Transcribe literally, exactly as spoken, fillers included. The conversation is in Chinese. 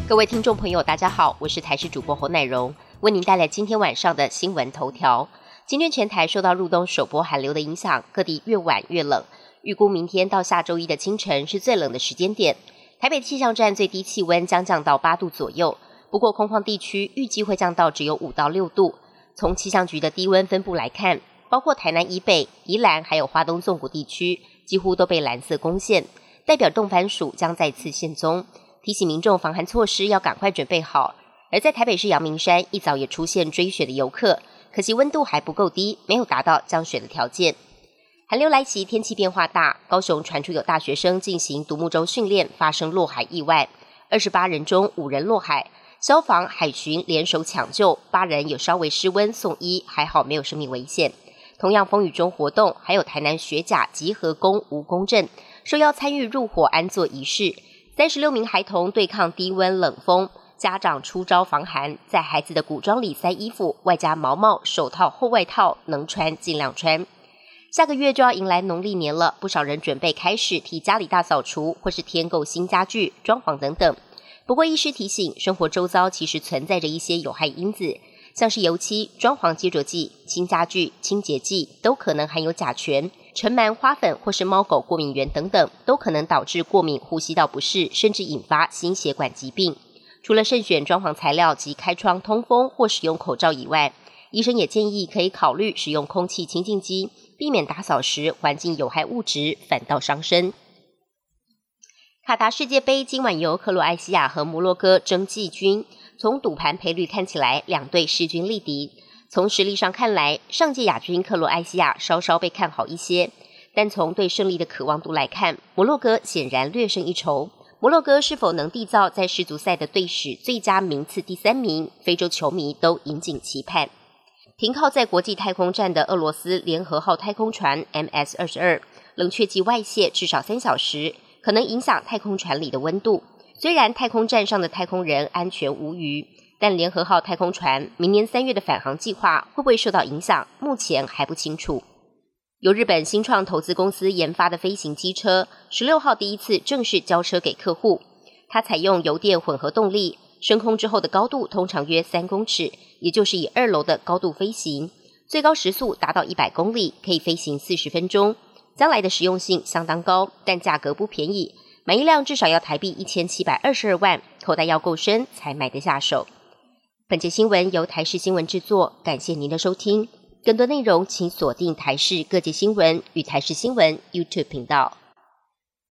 各位听众朋友大家好，我是台视主播侯乃荣，为您带来今天晚上的新闻头条。今天全台受到入冬首波寒流的影响，各地越晚越冷，预估明天到下周一的清晨是最冷的时间点。台北气象站最低气温将降到八度左右，不过空旷地区预计会降到只有五到六度。从气象局的低温分布来看，包括台南以北、宜兰还有花东纵谷地区几乎都被蓝色攻陷，代表冻番薯将再次现踪，提醒民众防寒措施要赶快准备好。而在台北市阳明山一早也出现追雪的游客，可惜温度还不够低，没有达到降雪的条件。寒流来袭，天气变化大，高雄传出有大学生进行独木舟训练发生落海意外，二十八人中五人落海，消防海巡联手抢救，八人有稍微失温送医，还好没有生命危险。同样风雨中活动，还有台南学甲集合宫吴公镇受邀参与入伙安坐仪式，三十六名孩童对抗低温冷风，家长出招防寒，在孩子的古装里塞衣服，外加毛帽、手套、厚外套，能穿尽量穿。下个月就要迎来农历年了，不少人准备开始替家里大扫除，或是添购新家具、装潢等等。不过医师提醒，生活周遭其实存在着一些有害因子，像是油漆、装潢接着剂、轻家具、清洁剂都可能含有甲醛，尘螨、花粉或是猫狗过敏源等等，都可能导致过敏、呼吸道不适，甚至引发心血管疾病。除了慎选装潢材料及开窗通风或使用口罩以外，医生也建议可以考虑使用空气清净机，避免打扫时环境有害物质反倒伤身。卡达世界杯今晚由克罗埃西亚和摩洛哥争季军，从赌盘赔率看起来，两队势均力敌。从实力上看来，上届亚军克罗埃西亚稍稍被看好一些，但从对胜利的渴望度来看，摩洛哥显然略胜一筹。摩洛哥是否能缔造在世足赛的队史最佳名次第三名，非洲球迷都引颈期盼。停靠在国际太空站的俄罗斯联合号太空船 M S 二十二 冷却剂外泄至少三小时，可能影响太空船里的温度。虽然太空站上的太空人安全无虞，但联合号太空船明年三月的返航计划会不会受到影响，目前还不清楚。由日本新创投资公司研发的飞行机车十六号第一次正式交车给客户，它采用油电混合动力，升空之后的高度通常约三公尺，也就是以二楼的高度飞行，最高时速达到一百公里，可以飞行四十分钟。将来的实用性相当高，但价格不便宜，买一辆至少要台币一千七百二十二万，口袋要够深才买得下手。本节新闻由台视新闻制作，感谢您的收听。更多内容请锁定台视各界新闻与台视新闻 YouTube 频道。